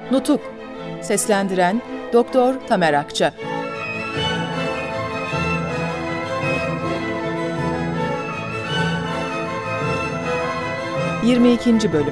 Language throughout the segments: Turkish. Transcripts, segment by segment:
Nutuk. Seslendiren Doktor Tamer Akça. 22. Bölüm.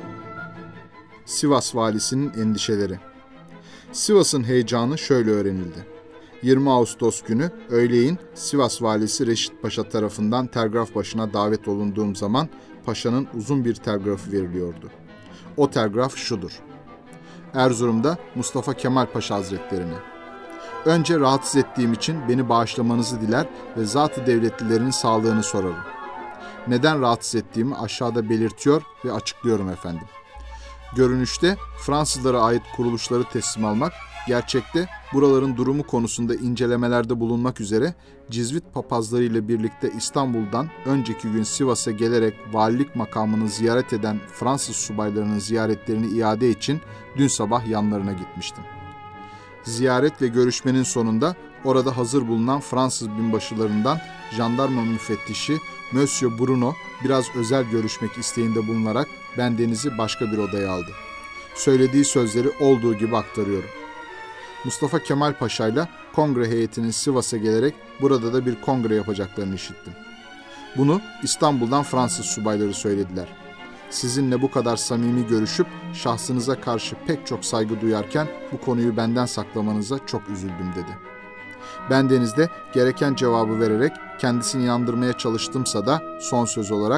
Sivas valisinin endişeleri. Sivas'ın heyecanı şöyle öğrenildi. 20 Ağustos günü öğleyin Sivas valisi Reşit Paşa tarafından telgraf başına davet olunduğum zaman paşanın uzun bir telgrafı veriliyordu. O telgraf şudur: Erzurum'da Mustafa Kemal Paşa Hazretlerine. Önce rahatsız ettiğim için beni bağışlamanızı diler ve zat-ı devletlilerin sağlığını sorarım. Neden rahatsız ettiğimi aşağıda belirtiyor ve açıklıyorum efendim. Görünüşte Fransızlara ait kuruluşları teslim almak, gerçekte buraların durumu konusunda incelemelerde bulunmak üzere Cizvit papazları ile birlikte İstanbul'dan önceki gün Sivas'a gelerek valilik makamını ziyaret eden Fransız subaylarının ziyaretlerini iade için dün sabah yanlarına gitmiştim. Ziyaret ve görüşmenin sonunda orada hazır bulunan Fransız binbaşılarından jandarma müfettişi Monsieur Bruno biraz özel görüşmek isteğinde bulunarak bendenizi başka bir odaya aldı. Söylediği sözleri olduğu gibi aktarıyorum. Mustafa Kemal Paşa ile kongre heyetinin Sivas'a gelerek burada da bir kongre yapacaklarını işittim. Bunu İstanbul'dan Fransız subayları söylediler. Sizinle bu kadar samimi görüşüp şahsınıza karşı pek çok saygı duyarken bu konuyu benden saklamanıza çok üzüldüm dedi. Bendeniz de gereken cevabı vererek kendisini yandırmaya çalıştımsa da son söz olarak,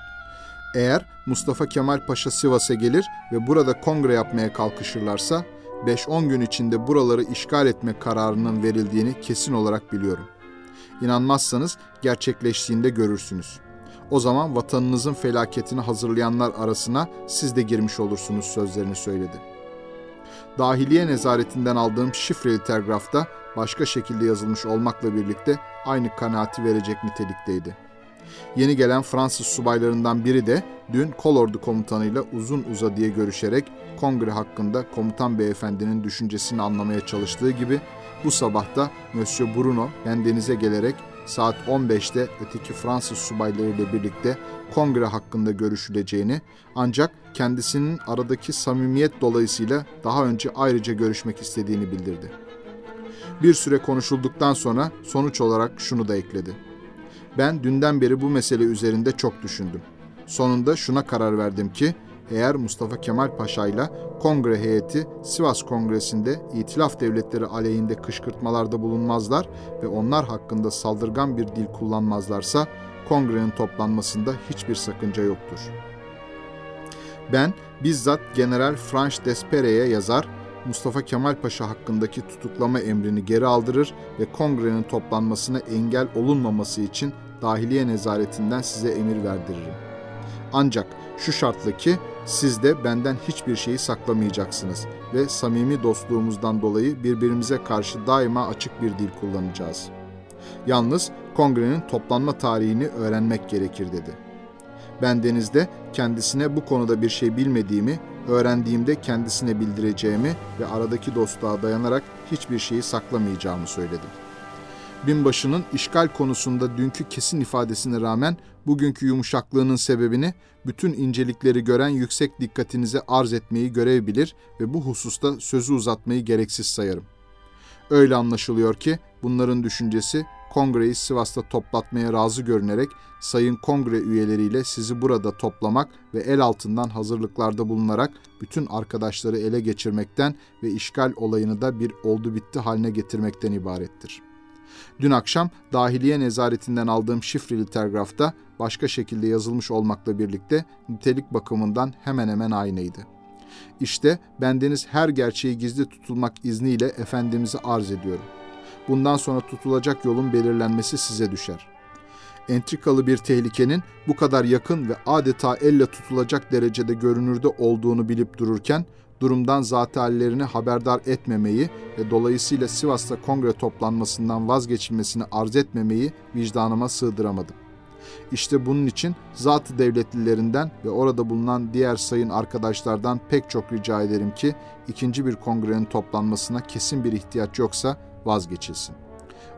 eğer Mustafa Kemal Paşa Sivas'a gelir ve burada kongre yapmaya kalkışırlarsa 5-10 gün içinde buraları işgal etme kararının verildiğini kesin olarak biliyorum. İnanmazsanız gerçekleştiğinde görürsünüz. O zaman vatanınızın felaketini hazırlayanlar arasına siz de girmiş olursunuz sözlerini söyledi. Dahiliye nezaretinden aldığım şifreli telgrafta başka şekilde yazılmış olmakla birlikte aynı kanaati verecek nitelikteydi. Yeni gelen Fransız subaylarından biri de dün kolordu komutanıyla uzun uzadıya görüşerek kongre hakkında komutan beyefendinin düşüncesini anlamaya çalıştığı gibi bu sabah da Monsieur Bruno bendenize gelerek saat 15'te öteki Fransız subaylarıyla birlikte kongre hakkında görüşüleceğini, ancak kendisinin aradaki samimiyet dolayısıyla daha önce ayrıca görüşmek istediğini bildirdi. Bir süre konuşulduktan sonra sonuç olarak şunu da ekledi. Ben dünden beri bu mesele üzerinde çok düşündüm. Sonunda şuna karar verdim ki, eğer Mustafa Kemal Paşa ile kongre heyeti Sivas Kongresi'nde İtilaf devletleri aleyhinde kışkırtmalarda bulunmazlar ve onlar hakkında saldırgan bir dil kullanmazlarsa kongrenin toplanmasında hiçbir sakınca yoktur. Ben bizzat General Franche d'Espere'ye yazar, Mustafa Kemal Paşa hakkındaki tutuklama emrini geri aldırır ve kongrenin toplanmasına engel olunmaması için dahiliye nezaretinden size emir verdiririm. Ancak şu şartla ki siz de benden hiçbir şeyi saklamayacaksınız ve samimi dostluğumuzdan dolayı birbirimize karşı daima açık bir dil kullanacağız. Yalnız kongrenin toplanma tarihini öğrenmek gerekir dedi. Bendeniz de kendisine bu konuda bir şey bilmediğimi, öğrendiğimde kendisine bildireceğimi ve aradaki dostluğa dayanarak hiçbir şeyi saklamayacağımı söyledim. Binbaşının işgal konusunda dünkü kesin ifadesine rağmen bugünkü yumuşaklığının sebebini bütün incelikleri gören yüksek dikkatinize arz etmeyi görev bilir ve bu hususta sözü uzatmayı gereksiz sayarım. Öyle anlaşılıyor ki bunların düşüncesi kongreyi Sivas'ta toplatmaya razı görünerek sayın kongre üyeleriyle sizi burada toplamak ve el altından hazırlıklarda bulunarak bütün arkadaşları ele geçirmekten ve işgal olayını da bir oldu bitti haline getirmekten ibarettir. Dün akşam dahiliye nezaretinden aldığım şifreli telgrafta başka şekilde yazılmış olmakla birlikte nitelik bakımından hemen hemen aynıydı. İşte bendeniz her gerçeği gizli tutulmak izniyle Efendimiz'e arz ediyorum. Bundan sonra tutulacak yolun belirlenmesi size düşer. Entrikalı bir tehlikenin bu kadar yakın ve adeta elle tutulacak derecede görünürde olduğunu bilip dururken, durumdan zat-ı hallerini haberdar etmemeyi ve dolayısıyla Sivas'ta kongre toplanmasından vazgeçilmesini arz etmemeyi vicdanıma sığdıramadım. İşte bunun için zat-ı devletlilerinden ve orada bulunan diğer sayın arkadaşlardan pek çok rica ederim ki ikinci bir kongrenin toplanmasına kesin bir ihtiyaç yoksa vazgeçilsin.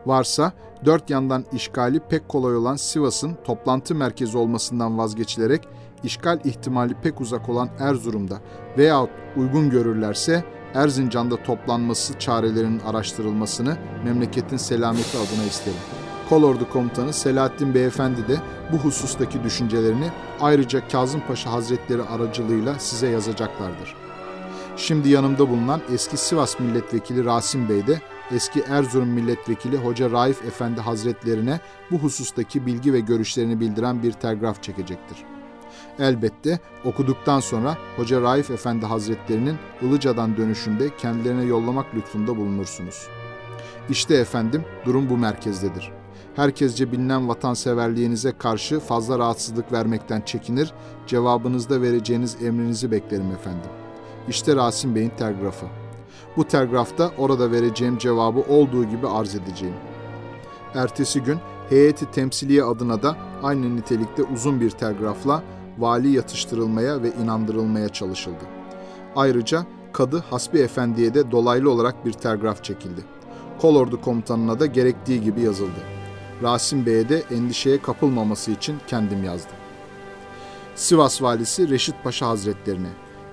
Varsa dört yandan işgali pek kolay olan Sivas'ın toplantı merkezi olmasından vazgeçilerek işgal ihtimali pek uzak olan Erzurum'da veyahut uygun görürlerse Erzincan'da toplanması çarelerinin araştırılmasını memleketin selameti adına isterim. Kolordu Komutanı Selahattin Beyefendi de bu husustaki düşüncelerini ayrıca Kazım Paşa Hazretleri aracılığıyla size yazacaklardır. Şimdi yanımda bulunan eski Sivas Milletvekili Rasim Bey de eski Erzurum Milletvekili Hoca Raif Efendi Hazretlerine bu husustaki bilgi ve görüşlerini bildiren bir telgraf çekecektir. Elbette okuduktan sonra Hoca Raif Efendi Hazretlerinin Ilıca'dan dönüşünde kendilerine yollamak lütfunda bulunursunuz. İşte efendim durum bu merkezdedir. Herkesce bilinen vatanseverliğinize karşı fazla rahatsızlık vermekten çekinir, cevabınızda vereceğiniz emrinizi beklerim efendim. İşte Rasim Bey'in telgrafı. Bu telgrafta orada vereceğim cevabı olduğu gibi arz edeceğim. Ertesi gün heyeti temsiliye adına da aynı nitelikte uzun bir telgrafla vali yatıştırılmaya ve inandırılmaya çalışıldı. Ayrıca Kadı Hasbi Efendi'ye de dolaylı olarak bir telgraf çekildi. Kolordu komutanına da gerektiği gibi yazıldı. Rasim Bey'e de endişeye kapılmaması için kendim yazdım. Sivas Valisi Reşit Paşa Hazretlerine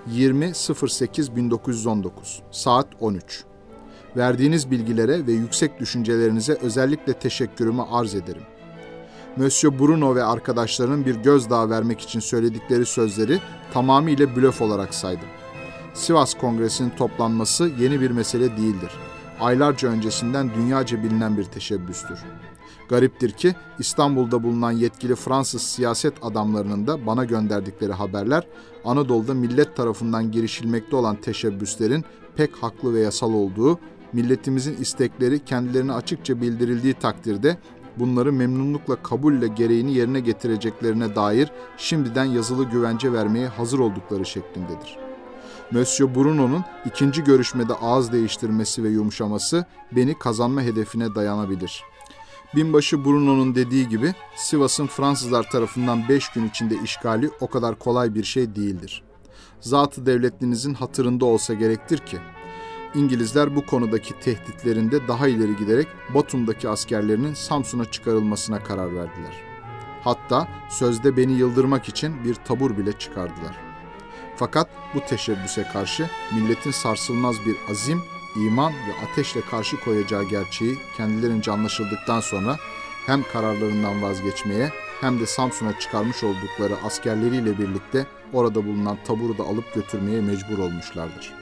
20.08.1919 saat 13. Verdiğiniz bilgilere ve yüksek düşüncelerinize özellikle teşekkürümü arz ederim. Monsieur Bruno ve arkadaşlarının bir gözdağı vermek için söyledikleri sözleri tamamıyla blöf olarak saydım. Sivas Kongresi'nin toplanması yeni bir mesele değildir. Aylarca öncesinden dünyaca bilinen bir teşebbüstür. Gariptir ki İstanbul'da bulunan yetkili Fransız siyaset adamlarının da bana gönderdikleri haberler, Anadolu'da millet tarafından girişilmekte olan teşebbüslerin pek haklı ve yasal olduğu, milletimizin istekleri kendilerine açıkça bildirildiği takdirde bunları memnunlukla kabulle gereğini yerine getireceklerine dair şimdiden yazılı güvence vermeye hazır oldukları şeklindedir. Monsieur Bruno'nun ikinci görüşmede ağız değiştirmesi ve yumuşaması beni kazanma hedefine dayanabilir. Binbaşı Bruno'nun dediği gibi Sivas'ın Fransızlar tarafından 5 gün içinde işgali o kadar kolay bir şey değildir. Zat-ı devletinizin hatırında olsa gerektir ki, İngilizler bu konudaki tehditlerinde daha ileri giderek Batum'daki askerlerinin Samsun'a çıkarılmasına karar verdiler. Hatta sözde beni yıldırmak için bir tabur bile çıkardılar. Fakat bu teşebbüse karşı milletin sarsılmaz bir azim, iman ve ateşle karşı koyacağı gerçeği kendilerince anlaşıldıktan sonra hem kararlarından vazgeçmeye hem de Samsun'a çıkarmış oldukları askerleriyle birlikte orada bulunan taburu da alıp götürmeye mecbur olmuşlardır.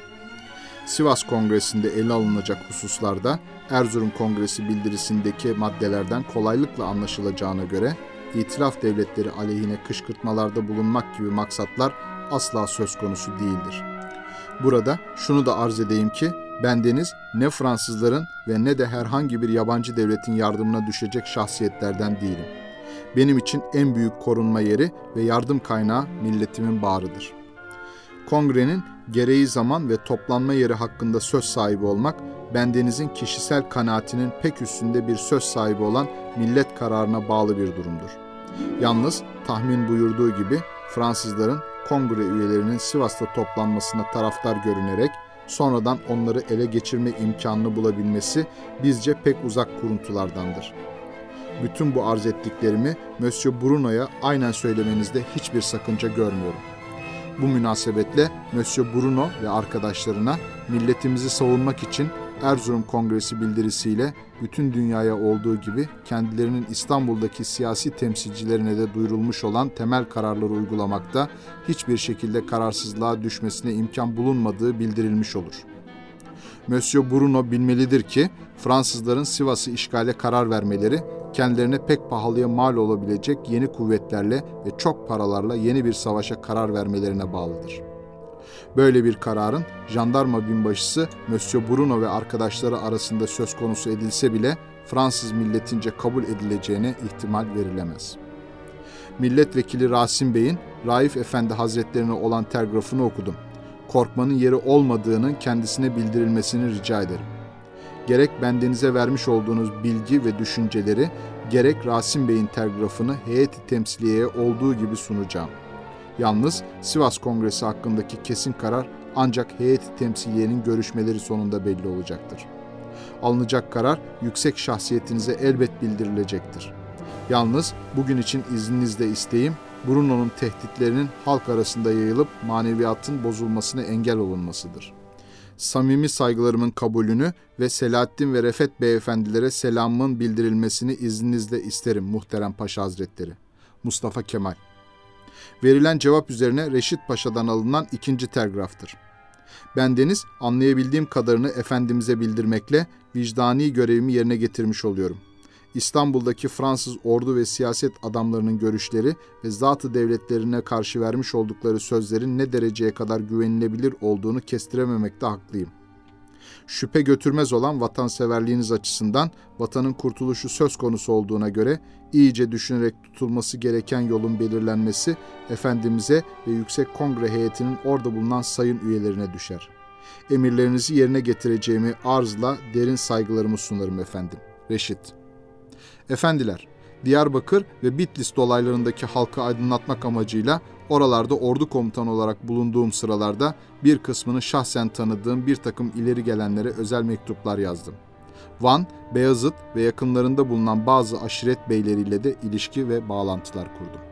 Sivas Kongresi'nde ele alınacak hususlarda Erzurum Kongresi bildirisindeki maddelerden kolaylıkla anlaşılacağına göre İtilaf devletleri aleyhine kışkırtmalarda bulunmak gibi maksatlar asla söz konusu değildir. Burada şunu da arz edeyim ki bendeniz ne Fransızların ve ne de herhangi bir yabancı devletin yardımına düşecek şahsiyetlerden değilim. Benim için en büyük korunma yeri ve yardım kaynağı milletimin bağrıdır. Kongrenin gereği zaman ve toplanma yeri hakkında söz sahibi olmak, bendenizin kişisel kanaatinin pek üstünde bir söz sahibi olan millet kararına bağlı bir durumdur. Yalnız tahmin buyurduğu gibi Fransızların kongre üyelerinin Sivas'ta toplanmasına taraftar görünerek sonradan onları ele geçirme imkanını bulabilmesi bizce pek uzak kuruntulardandır. Bütün bu arz ettiklerimi Monsieur Bruno'ya aynen söylemenizde hiçbir sakınca görmüyorum. Bu münasebetle Monsieur Bruno ve arkadaşlarına milletimizi savunmak için Erzurum Kongresi bildirisiyle bütün dünyaya olduğu gibi kendilerinin İstanbul'daki siyasi temsilcilerine de duyurulmuş olan temel kararları uygulamakta hiçbir şekilde kararsızlığa düşmesine imkan bulunmadığı bildirilmiş olur. Monsieur Bruno bilmelidir ki Fransızların Sivas'ı işgale karar vermeleri kendilerine pek pahalıya mal olabilecek yeni kuvvetlerle ve çok paralarla yeni bir savaşa karar vermelerine bağlıdır. Böyle bir kararın jandarma binbaşısı Monsieur Bruno ve arkadaşları arasında söz konusu edilse bile Fransız milletince kabul edileceğine ihtimal verilemez. Milletvekili Rasim Bey'in Raif Efendi Hazretlerine olan telgrafını okudum. Korkmanın yeri olmadığının kendisine bildirilmesini rica ederim. Gerek bendenize vermiş olduğunuz bilgi ve düşünceleri, gerek Rasim Bey'in telgrafını heyeti temsiliyeye olduğu gibi sunacağım. Yalnız Sivas Kongresi hakkındaki kesin karar ancak heyeti temsiliyenin görüşmeleri sonunda belli olacaktır. Alınacak karar yüksek şahsiyetinize elbet bildirilecektir. Yalnız bugün için izninizle isteğim, Bruno'nun tehditlerinin halk arasında yayılıp maneviyatın bozulmasına engel olunmasıdır. Samimi saygılarımın kabulünü ve Selahattin ve Refet beyefendilere selamımın bildirilmesini izninizle isterim muhterem Paşa Hazretleri. Mustafa Kemal. Verilen cevap üzerine Reşit Paşa'dan alınan ikinci telgraftır. Bendeniz anlayabildiğim kadarını Efendimiz'e bildirmekle vicdani görevimi yerine getirmiş oluyorum. İstanbul'daki Fransız ordu ve siyaset adamlarının görüşleri ve zat-ı devletlerine karşı vermiş oldukları sözlerin ne dereceye kadar güvenilebilir olduğunu kestirememekte haklıyım. Şüphe götürmez olan vatanseverliğiniz açısından vatanın kurtuluşu söz konusu olduğuna göre iyice düşünerek tutulması gereken yolun belirlenmesi Efendimiz'e ve Yüksek Kongre heyetinin orada bulunan sayın üyelerine düşer. Emirlerinizi yerine getireceğimi arzla derin saygılarımı sunarım efendim. Reşit. Efendiler, Diyarbakır ve Bitlis dolaylarındaki halkı aydınlatmak amacıyla oralarda ordu komutanı olarak bulunduğum sıralarda bir kısmını şahsen tanıdığım bir takım ileri gelenlere özel mektuplar yazdım. Van, Beyazıt ve yakınlarında bulunan bazı aşiret beyleriyle de ilişki ve bağlantılar kurdum.